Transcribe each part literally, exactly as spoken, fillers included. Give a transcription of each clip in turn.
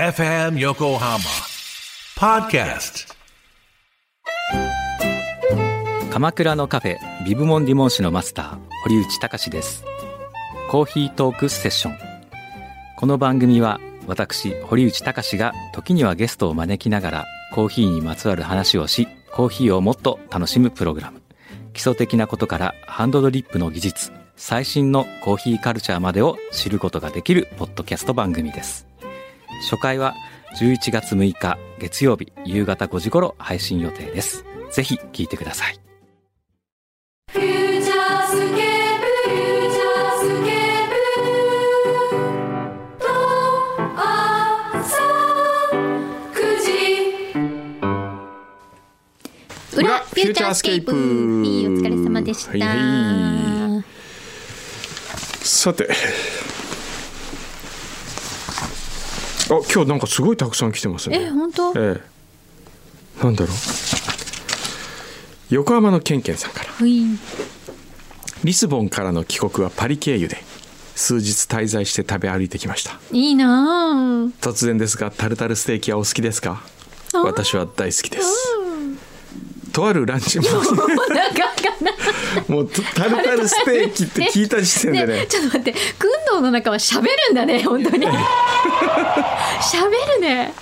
エフエム 横浜ポッドキャスト。 鎌倉のカフェビブモンディモン市のマスター堀内隆です。コーヒートークセッション。この番組は私堀内隆が時にはゲストを招きながらコーヒーにまつわる話をし、コーヒーをもっと楽しむプログラム。基礎的なことからハンドドリップの技術、最新のコーヒーカルチャーまでを知ることができるポッドキャスト番組です。初回はじゅういちがつむいか月曜日夕方ごじ頃配信予定です。ぜひ聞いてください。 フューチャースケープ、フューチャースケープと朝くじ裏フューチャースケープ。いいお疲れ様でした。 はいはい、さて、あ、今日なんかすごいたくさん来てますね。 え、本当？ ええ、なんだろう。横浜のケンケンさんから。リスボンからの帰国はパリ経由で数日滞在して食べ歩いてきました。 いいな。 突然ですが、タルタルステーキはお好きですか？私は大好きです。とあるランチももうタルタルステーキって聞いた時点で ね, ねちょっと待って、くんどうの中は喋るんだね、本当に喋るね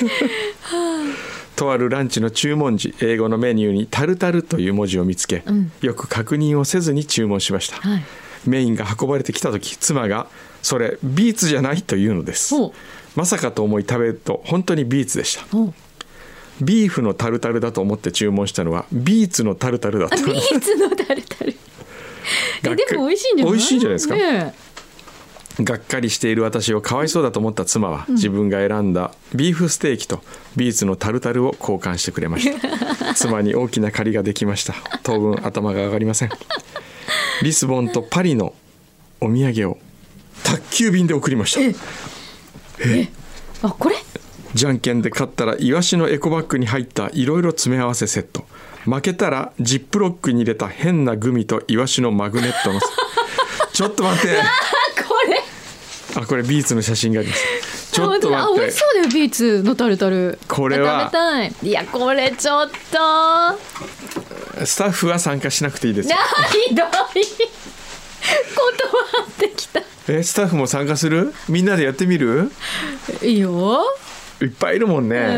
とあるランチの注文時、英語のメニューにタルタルという文字を見つけ、うん、よく確認をせずに注文しました、はい、メインが運ばれてきた時、妻がそれビーツじゃないというのです。まさかと思い食べると本当にビーツでした。ビーフのタルタルだと思って注文したのはビーツのタルタルだった。 ビーツのタルタルえでも美味しいんじゃない？ 美味しいんじゃないですか、 ね、 がっかりしている私をかわいそうだと思った妻は、うん、自分が選んだビーフステーキとビーツのタルタルを交換してくれました妻に大きな借りができました。当分頭が上がりません。リスボンとパリのお土産を宅急便で送りました。えええあ、これじゃんけんで勝ったらイワシのエコバッグに入ったいろいろ詰め合わせセット、負けたらジップロックに入れた変なグミとイワシのマグネットのちょっと待ってこれあ、これビーツの写真があります。ちょっと待って、 美味しそうだよ、ビーツのタルタル。 これは食べたい。いや、これちょっとスタッフは参加しなくていいですよ。 ひどい断ってきた。 え、スタッフも参加する？みんなでやってみる？ いいよ。 いっぱいいるもんね、うん、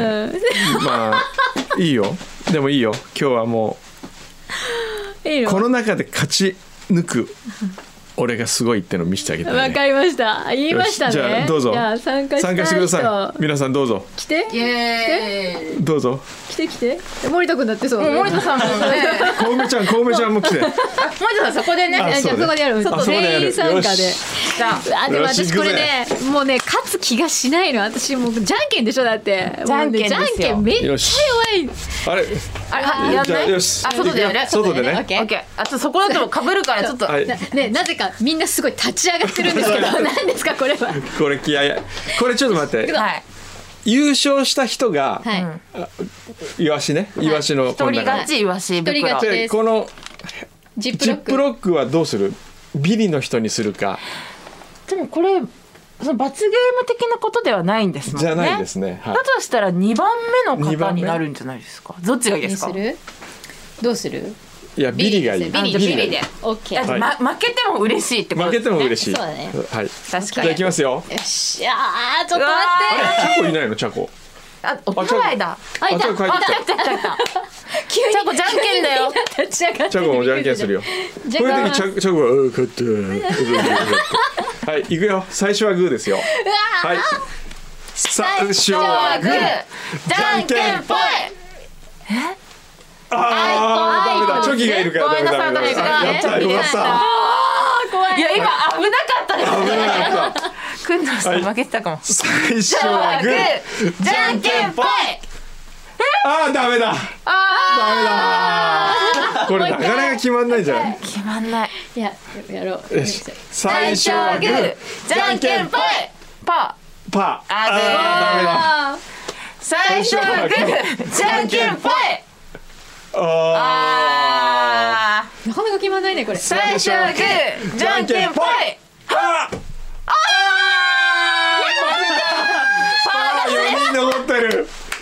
まあいいよ。でもいいよ、今日はもういいこの中で勝ち抜く俺がすごいってのを見せてあげたい、ね、 わかりました。言いましたね。 じゃあどうぞ。 じゃあ参加したい人、 参加してください。皆さんどうぞ来て。 イエーイ。 どうぞ来て来て。森田くんだってそう。 森田さんもね。 小梅ちゃん、小梅ちゃんも来て。 森田さんそこでね。 じゃあそこでやる。全員参加で。あ、でも私これね、もうね勝つ気がしないの。私もうじゃんけんでしょ、だって。 じゃんけんですよ。 じゃんけんめっちゃ弱い。 あれ。 あれ、やんない。 よし。 あ、外でやる。 外でね。 オッケー。あとそこだと被るからちょっと。 ね、なぜかみんなすごい立ち上がってるんですけど、何ですかこれは。 これ気合い。これちょっと待って。はい。優勝した人が、はい、イワシね、イワシの一人勝ちイワシ袋。 一人勝ちです。 このジップロック。 ジップロックはどうする？ビリの人にするか。 でもこれその罰ゲーム的なことではないんですもんね。 じゃないですね。 はい、だとしたらにばんめの方になるんじゃないですか。どっちがいいですか？ どうする？どうする？ いや、ビリがいい。 ビリで、ビリで。オッケー。 ま、負けても嬉しいってことですね。 負けても嬉しい。 そうだね。 はい。 確かに。 じゃあいきますよ。 よっしゃー、ちょっと待って。 あれ、チャコいないの？チャコ。 あ、お払いだ。 あ、いた。 あ、チャコ帰ってきた。 急にチャコじゃんけんだよ。 立ち上がって。 チャコもじゃんけんするよ。これでチャチャコがう勝って。はい、行くよ。最初はグーですよ。はい。最初はグー。 じゃんけんぽい。え？ ああ、ダメだ。チョキがいるからダメだ。ダメだ。やったよかった。 いや、今危なかったですね。 危なかった。 くんのさん負けてたかも。 最初はグー。 じゃんけんぽい。 ああ、ダメだ。ダメだ。これなかなか決まんないじゃん。 決まんない。 いや、やろう。 よし。最初はグー。 じゃんけんぽい。パー。 パー。 あ、ダメだ。最初はグー。じゃんけんぽい。 あー、なかなか決まんないねこれ。 最初はグー、じゃんけんぽい。 あああー、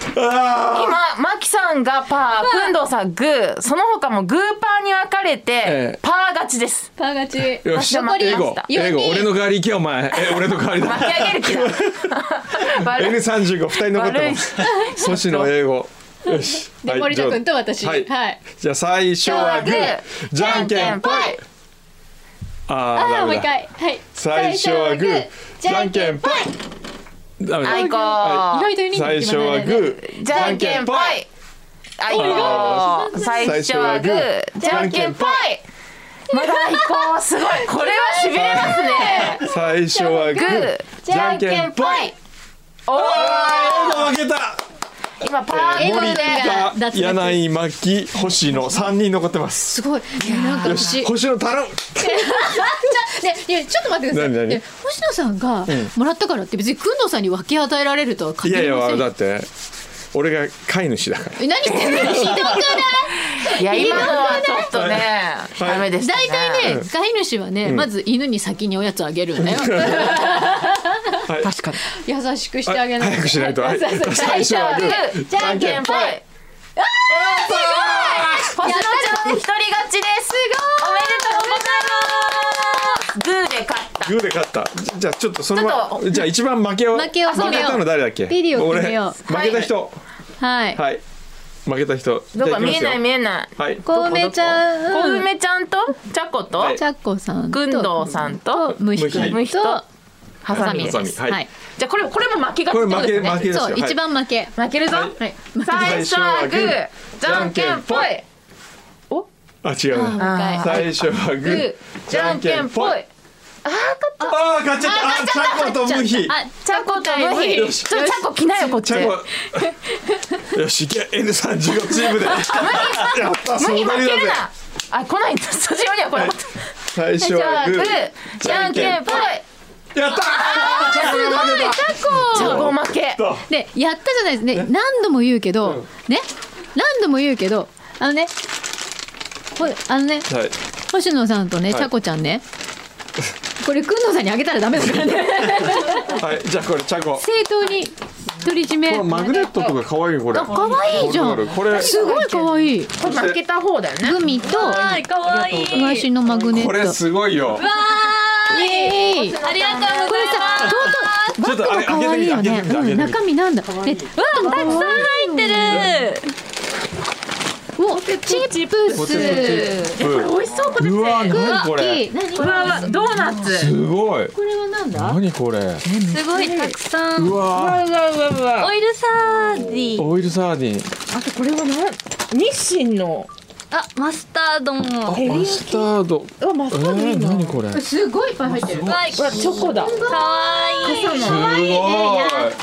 今マキさんがパー、くんどうさんグー、その他もグーパーに分かれて、 ええ、 パー勝ちです。 パー勝ち。 よし、 残り英語英語俺の代わり行けよお前。え俺の代わりだ。 巻き上げる気だ。 エヌさんじゅうご ふたり残ってます。星野英語。よし。 で、森田君と私。 はい。じゃあ最初はグー、じゃんけんぽい。ああ、 もう一回。はい。 最初はグー、じゃんけんぽい。ダメだ。 あいこー。最初はグー、 じゃんけんぽい。あいこー。最初はグー、じゃんけんぽい。まだあいこー、すごい。これはしびれますね。 最初はグー、 じゃんけんぽい。おー、 負けた。 今パーエゴ森田、柳井、牧、星野さんにん残ってます。 すごい。なんか私星野頼む。 ね、いやちょっと待ってください。 何何星野さんがもらったからって別にくんどうさんに分け与えられるとは限りません。いやいやだって俺が飼い主だから。 え、何言ってんの。ひどくない。 いや今のはちょっとね、ダメでしたね。 大体ね、飼い主はね、まず犬に先におやつあげるんだよ。 確かに優しくしてあげない。 早くしないと。 最初はグー、じゃんけんぽい。あー、すごい。星野ちゃん一人勝ちです。すごい。おめでとうございます。グーで勝った。 グーで勝った。じゃあちょっとそのまじゃあ一番負けを負けたの誰だっけ。 ビデオ決めよう。負けた人。 はいはい。負けた人。 どこ見えない見えない。 はい。 小梅ちゃん。 小梅ちゃんとちゃことちゃこさん。 くんどうさんとむひむひとはさみです。 はい。 じゃあこれこれも負けが負け負けですよ。 そう一番負け。 負けるぞ。最初はグー、じゃんけんぽい。お？ あ違うな。最初はグー、じゃんけんぽい。あー勝った。あー勝っちゃった。あちゃことむひ。 あちゃことむひ。ちょっとちゃこ来なよこっち。 よしいけ エヌさんじゅうご チームで。やったむひ負けるな。あ来ないスタジオには来なかった。 最初はグー、 じゃんけんぽい。 やったー。 すごいチャコ。 チャコ負け。 でやったじゃないですね。何度も言うけどね、何度も言うけどあのね、あのね、星野さんとねチャコちゃんね。これくんどうさんにあげたらダメだからね。 はい、じゃあこれチャコ。 正当に独り占め。 これマグネットとか可愛いこれ。 あ可愛いじゃん。これすごい可愛い。 これ負けた方だよね。 グミと可愛い。 イワシのマグネット。 これすごいよ。 わーい。イエーイ。ありがとうございます。これさ、バッグが可愛いよね。うん、中身なんだ。え、わー、たくさん入ってる。お、チップス。 これ美味しそうこれ。 うわ、何これ。 これはドーナツ。 すごい。 これはなんだ。 何これ。 すごいたくさん。 うわ。 うわうわうわ。 オイルサーディン。 オイルサーディン。 あとこれは何？日清の。 あ、マスタードも。 マスタード。 あ、マスタードいいな。 何これ。 すごいいっぱい入ってる。 はい。 チョコだ。 かわいい。 すごい。やったね。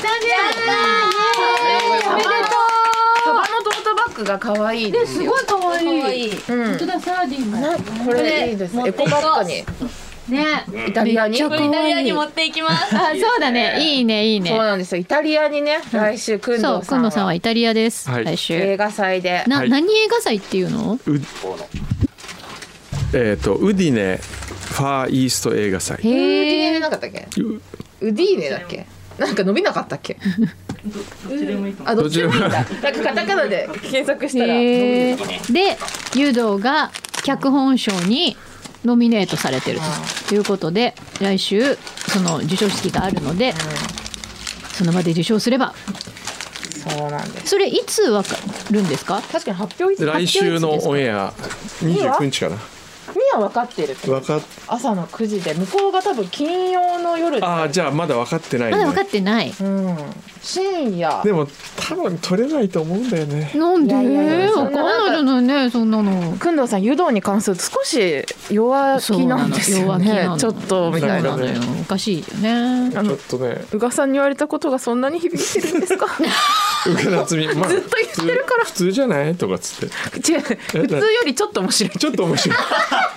おめでとう。 カバのトートバッグが可愛いですすごい可愛い。 本当だサーディンが。これいいです。エコバッグに。 ね。 イタリアに。 イタリアに持っていきます。 あ、そうだね。いいねいいね。 そうなんですよ。イタリアにね、来週くんどうさんは。 そう、くんどうさんはイタリアです。来週。 映画祭で。 な、何映画祭っていうの？ えっとウディネファーイースト映画祭。 ウディネなかったっけ？ウディーネだっけ？なんか伸びなかったっけ？あ、どっちでもいいんだ。なんかカタカナで検索したら。 で、湯道が脚本賞にノミネートされてるということで、来週その授賞式があるので、その場で受賞すれば。 そうなんです。 それいつわかるんですか？ 確かに発表いつ？ 来週のオンエアにじゅうくにちかな。 みは分かってる。 分かっ。 朝のくじで向こうが多分金曜の夜。 ああ、じゃあまだ分かってないね。 まだ分かってない。 うん。深夜。 でも多分取れないと思うんだよね。 なんで？分かんないじゃないね、そんなの。 くんどうさん、湯道に関すると少し弱気なんですよね。ちょっとみたいな。 おかしいよね。 ちょっとね。 宇賀さんに言われたことがそんなに響いてるんですか？ 宇賀夏美、まあ、 ずっと言ってるから普通じゃないとかっつって。 違う、普通よりちょっと面白い。 ちょっと面白い。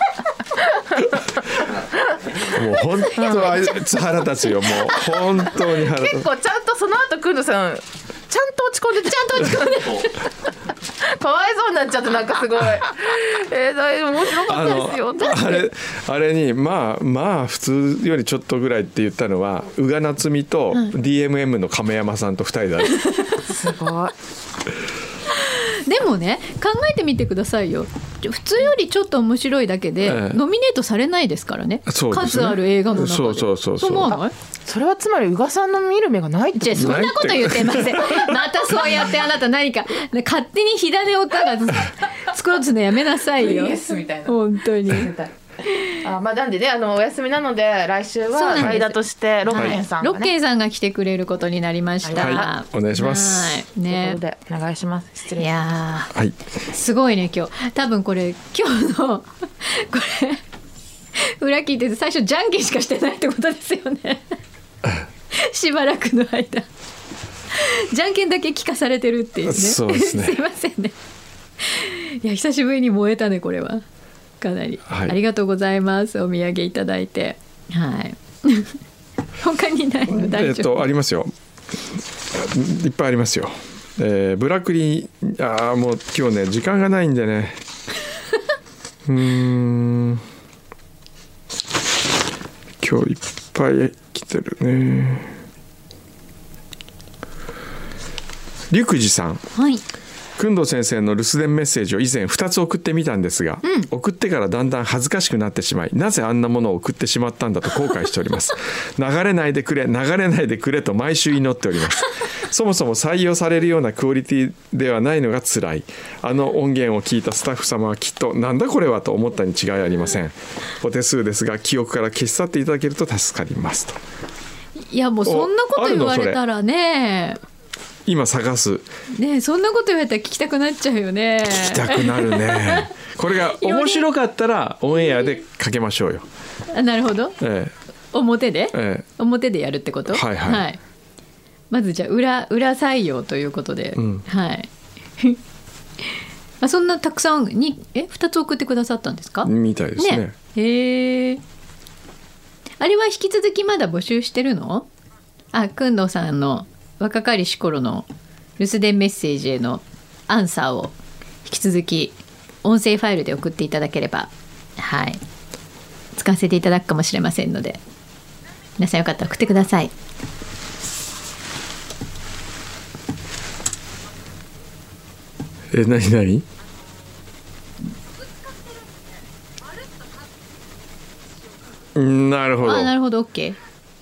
もう本当あいつ腹立つよ。もう本当に腹立つ。 結構ちゃんとその後くんどうさんちゃんと落ち込んでちゃんと落ち込んでかわいそうになっちゃってなんかすごいえー、大面白かったですよ。 あれあれにまあまあ普通よりちょっとぐらいって言ったのは宇賀なつみと ディーエムエム の亀山さんとふたりだ、うん、 すごい。 でもね考えてみてくださいよ。普通よりちょっと面白いだけで、ええ、ノミネートされないですからね。そうですね、数ある映画の中で。そうそうそうそう。そう思わない？ それはつまり宇賀さんの見る目がないってこと？ じゃあそんなこと言ってません。またそうやってあなた何か勝手に火種をたが作ろうとするのやめなさいよ。 イエスみたいな。 本当に。 あ、まあ、なんでねあのお休みなので来週は代打としてロッケンさんが、ね、 ロッケンさんが来てくれることになりました。 はい、お願いします。 はい、ね、 ということでお願いします。失礼。 いやー、はい、 すごいね今日。多分これ今日のこれ裏聞いてて最初じゃんけんしかしてないってことですよね。しばらくの間じゃんけんだけ聞かされてるっていうね。 そうですね。 すいませんね。いや久しぶりに燃えたねこれは。かなり、はい、ありがとうございます。お土産いただいて、はい。他にないの大丈夫？えっとありますよ。いっぱいありますよ。えー、ブラックリー、あーもう今日ね時間がないんでね。うーん。今日いっぱい来てるね。陸二さん。 はい。 工藤先生の留守電メッセージを以前ふたつ送ってみたんですが、うん、送ってからだんだん恥ずかしくなってしまいなぜあんなものを送ってしまったんだと後悔しております。流れないでくれ流れないでくれと毎週祈っております。そもそも採用されるようなクオリティではないのが辛い。あの音源を聞いたスタッフ様はきっとなんだこれはと思ったに違いありません。お手数ですが記憶から消し去っていただけると助かりますと。 いやもうそんなこと言われたらね今探すねえ、そんなこと言われたら聞きたくなっちゃうよね。 聞きたくなるね。これが面白かったらオンエアでかけましょうよ。 あ、なるほど、ええ、表で、 ええ、 表でやるってこと。 はいはい、はい、 まずじゃあ 裏, 裏採用ということで、うん、はいあ、そんなたくさんにえふたつ送ってくださったんですかみたいですね。ね、 へえ。あれは引き続きまだ募集してるの？あ、工藤さんの若かりし頃の留守電メッセージへのアンサーを引き続き音声ファイルで送っていただければ、はい、使わせていただくかもしれませんので皆さんよかったら送ってください。 え、なになに？なるほど。 あ、なるほど、 OK。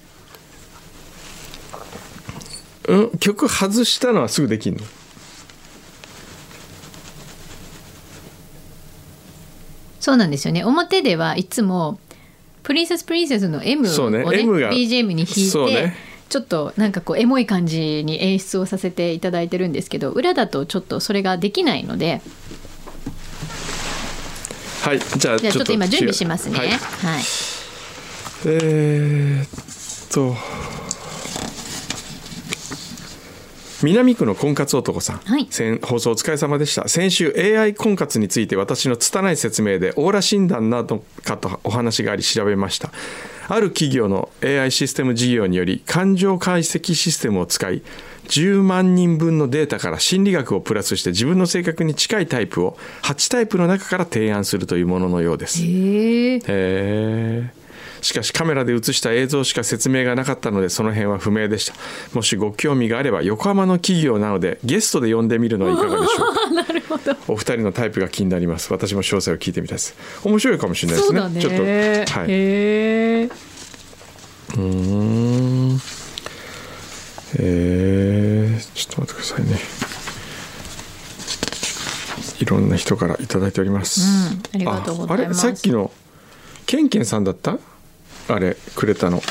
うん、曲外したのはすぐできるの？ そうなんですよね。表ではいつもプリンセスプリンセスの M を、ねね、M が ビージーエム に弾いて、ね、ちょっとなんかこうエモい感じに演出をさせていただいてるんですけど、裏だとちょっとそれができないので、 はい、じゃあちょっと、 ちょっと今準備しますね。はい、はい、 えー、っと南区の婚活男さん、はい、先放送お疲れ様でした。先週 エーアイ 婚活について私の拙い説明でオーラ診断などかとお話があり調べました。ある企業の エーアイ システム事業により感情解析システムを使いじゅうまんにんぶんのデータから心理学をプラスして自分の性格に近いタイプをはちタイプの中から提案するというもののようです。 へー。 へー。しかしカメラで映した映像しか説明がなかったのでその辺は不明でした。もしご興味があれば横浜の企業なのでゲストで呼んでみるのはいかがでしょうか。 なるほど。 お二人のタイプが気になります。私も詳細を聞いてみたいです。面白いかもしれないですね。 そうだね。 ちょっと、はい、へー。うーん、えー、ちょっと待ってくださいね。いろんな人からいただいております、 うん、ありがとうございます。 あれ、さっきのケンケンさんだった？あれくれたの。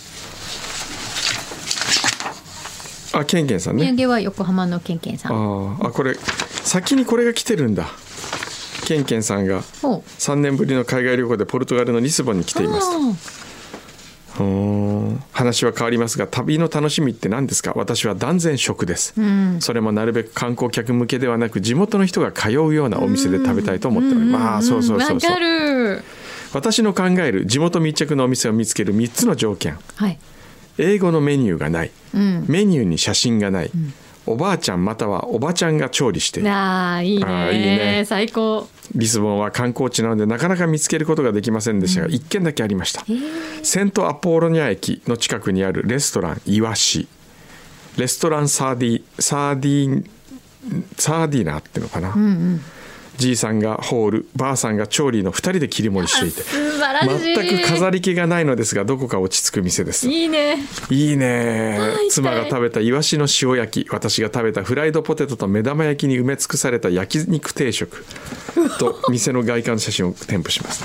あ、ケンケンさんね。 土産は横浜のケンケンさん。 ああ、これ先にこれが来てるんだ。ケンケンさんがさんねんぶりの海外旅行でポルトガルのリスボンに来ています。うーん、話は変わりますが旅の楽しみって何ですか？私は断然食です、うん、それもなるべく観光客向けではなく地元の人が通うようなお店で食べたいと思っております。まあそうそうそうそう。 わかる。 私の考える地元密着のお店を見つけるみっつの条件、 はい、 英語のメニューがない、うん、メニューに写真がない、うん、 おばあちゃんまたはおばちゃんが調理している。 ああいいね。 あーいいね最高。 リスボンは観光地なのでなかなか見つけることができませんでしたが、うん、いっけんだけありました。セントアポロニア駅の近くにあるレストランイワシ、レストランサーディサーディンサーディナーっていうのかな、うんうん、じいさんがホール、ばあさんが調理のふたりで切り盛りしていて、 素晴らしい。 全く飾り気がないのですがどこか落ち着く店です。 いいねいいね。妻が食べたイワシの塩焼き、私が食べたフライドポテトと目玉焼きに埋め尽くされた焼肉定食と店の外観の写真を添付します。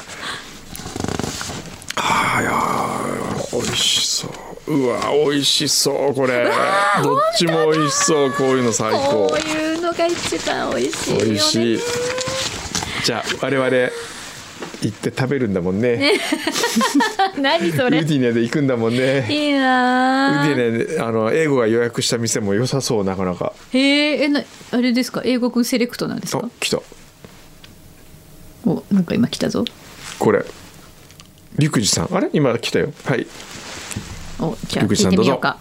あーいやー美味しそう。うわ美味しそうこれ。どっちも美味しそう。こういうの最高。 こういうのが一番美味しいよね。 美味しい。じゃあ我々行って食べるんだもんね。ね何それ。 ウディネで行くんだもんね。 いいな。 ウディネあの英語が予約した店も良さそうなかなか。 へえ、えなあれですか。英語くんセレクトなんですか。 あ来た。 おなんか今来たぞ。 これ陸二さんあれ今来たよ。はい。 おじゃあ聞いてみようか。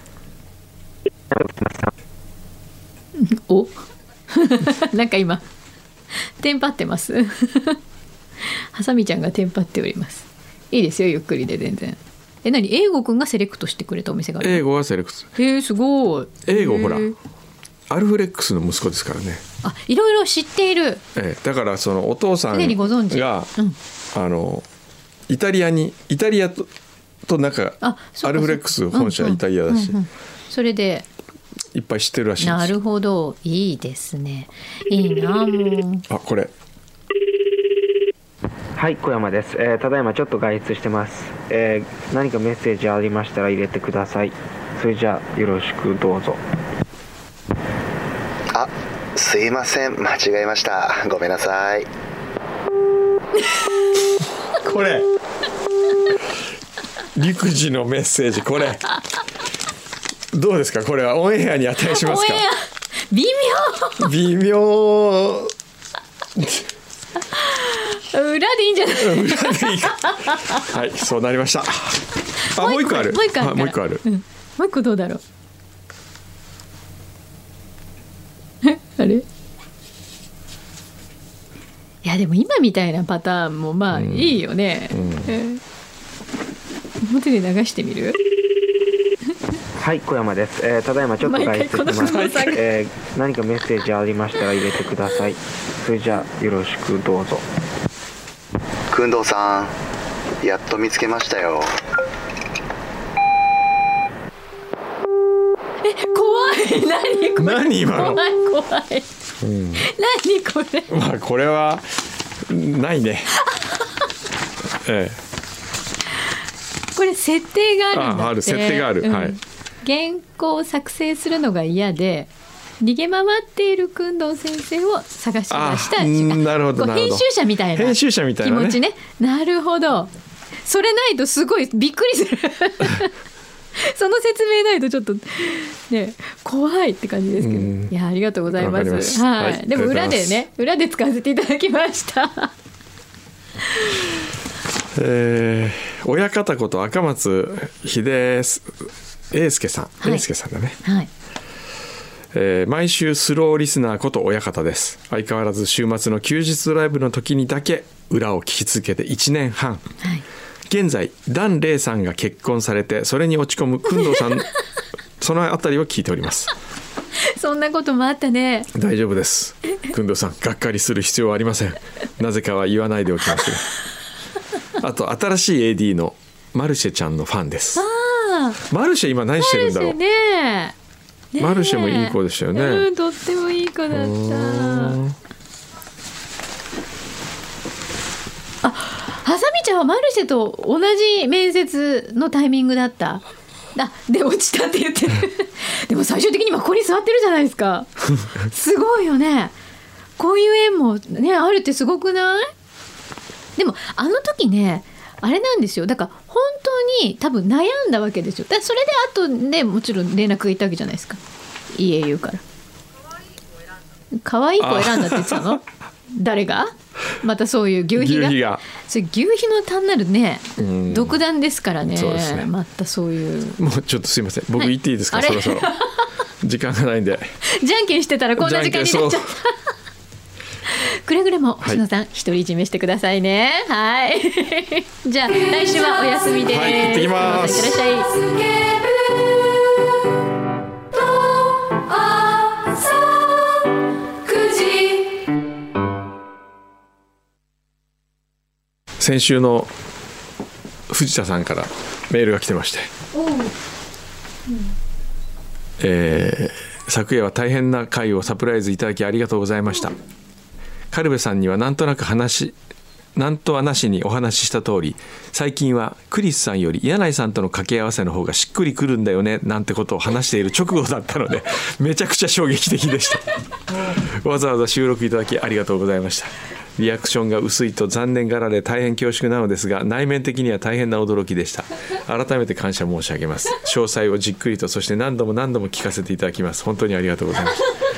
おなんか今テンパってます。ハサミちゃんがテンパっております。いいですよゆっくりで全然。え何英語くんがセレクトしてくれたお店がある。 英語がセレクト。 へえすごい。 英語ほらアルフレックスの息子ですからね。 あいろいろ知っている。 ええ、だからそのお父さんが、 常にご存知、うん、 あのイタリアにイタリアととなんかアルフレックス本社イタリアだし、 うんうんうんうん、それでいっぱい知ってるらしいんですよ。 なるほどいいですね。いいなもう。 あこれはい小山です、えー、ただいまちょっと外出してます、えー、何かメッセージありましたら入れてください。それじゃあよろしくどうぞ。 あすいません間違えました。ごめんなさい。 これ陸二のメッセージこれどうですか。これはオンエアに値しますか。 微妙微妙裏でいいんじゃない。 裏でいいか。はいそうなりました。あもう一個ある。 もう一個ある。 もう一個ある、 うん、もう一個どうだろう。あれいやでも今みたいなパターンもまあいいよね、うんうんえー、表で流してみる。 はい小山です、えー、ただいまちょっと外出してます、えー、何かメッセージありましたら入れてください。それじゃあよろしくどうぞ。 くんどうさんやっと見つけましたよ。 え怖い。何これ。 何今の。 怖い怖い、うん、何これ。 まあこれはないね。ええ、 これ設定があるんだって。 あある設定がある、うん、はい。 原稿を作成するのが嫌で逃げ回っている工藤先生を探し出したなるほど編集者みたいな編集者みたいな、ね、 気持ちね。なるほど。それないとすごいびっくりする。その説明ないとちょっとね怖いって感じですけど、いやありがとうございます。 ます、 はい、 はい、 でも裏でね裏で使わせていただきました。 えー、親方こと赤松秀英介さん、はい、英介さんだね、 はいえー、毎週スローリスナーこと親方です。相変わらず週末の休日ドライブの時にだけ裏を聞き続けていちねんはん、はい、現在檀れいさんが結婚されてそれに落ち込む工藤さんそのあたりを聞いております。 そんなこともあったね。 大丈夫です。工藤さんがっかりする必要はありません。なぜかは言わないでおきますが。あと新しい エーディー のマルシェちゃんのファンです。 あマルシェ今何してるんだろう。 マルシェねねマルシェもいい子でしたよね。 うん、とってもいい子だった。あ、ハサミちゃんはマルシェと同じ面接のタイミングだった。あ、で落ちたって言ってる。でも最終的に今ここに座ってるじゃないですか。すごいよね。こういう縁もねあるってすごくない？でもあの時ねあれなんですよ。だから本当に多分悩んだわけですよ。だそれであとねもちろん連絡がいったわけじゃないですか。家言うから可愛い子選んだって言ってたの。誰がまたそういう牛皮が牛皮がそれ牛皮の単なるね独断ですからね。 そうですね。 またそういうもうちょっとすいません僕言っていいですか、はい、そろそろ時間がないんでじゃんけんしてたらこんな時間になっちゃったくれぐれも星野さん、はい、独り占めしてくださいね。はいじゃあ来週はお休みです。 はい、行ってきます。 いってらっしゃい。 先週の藤田さんからメールが来てまして、えー、昨夜は大変な会をサプライズいただきありがとうございました。軽部さんにはなんとなく話なんとはなしにお話しした通り、最近はクリスさんより柳井さんとの掛け合わせの方がしっくりくるんだよねなんてことを話している直後だったのでめちゃくちゃ衝撃的でしたわざわざ収録いただきありがとうございました。リアクションが薄いと残念がられ大変恐縮なのですが、内面的には大変な驚きでした。改めて感謝申し上げます。詳細をじっくりとそして何度も何度も聞かせていただきます。本当にありがとうございました。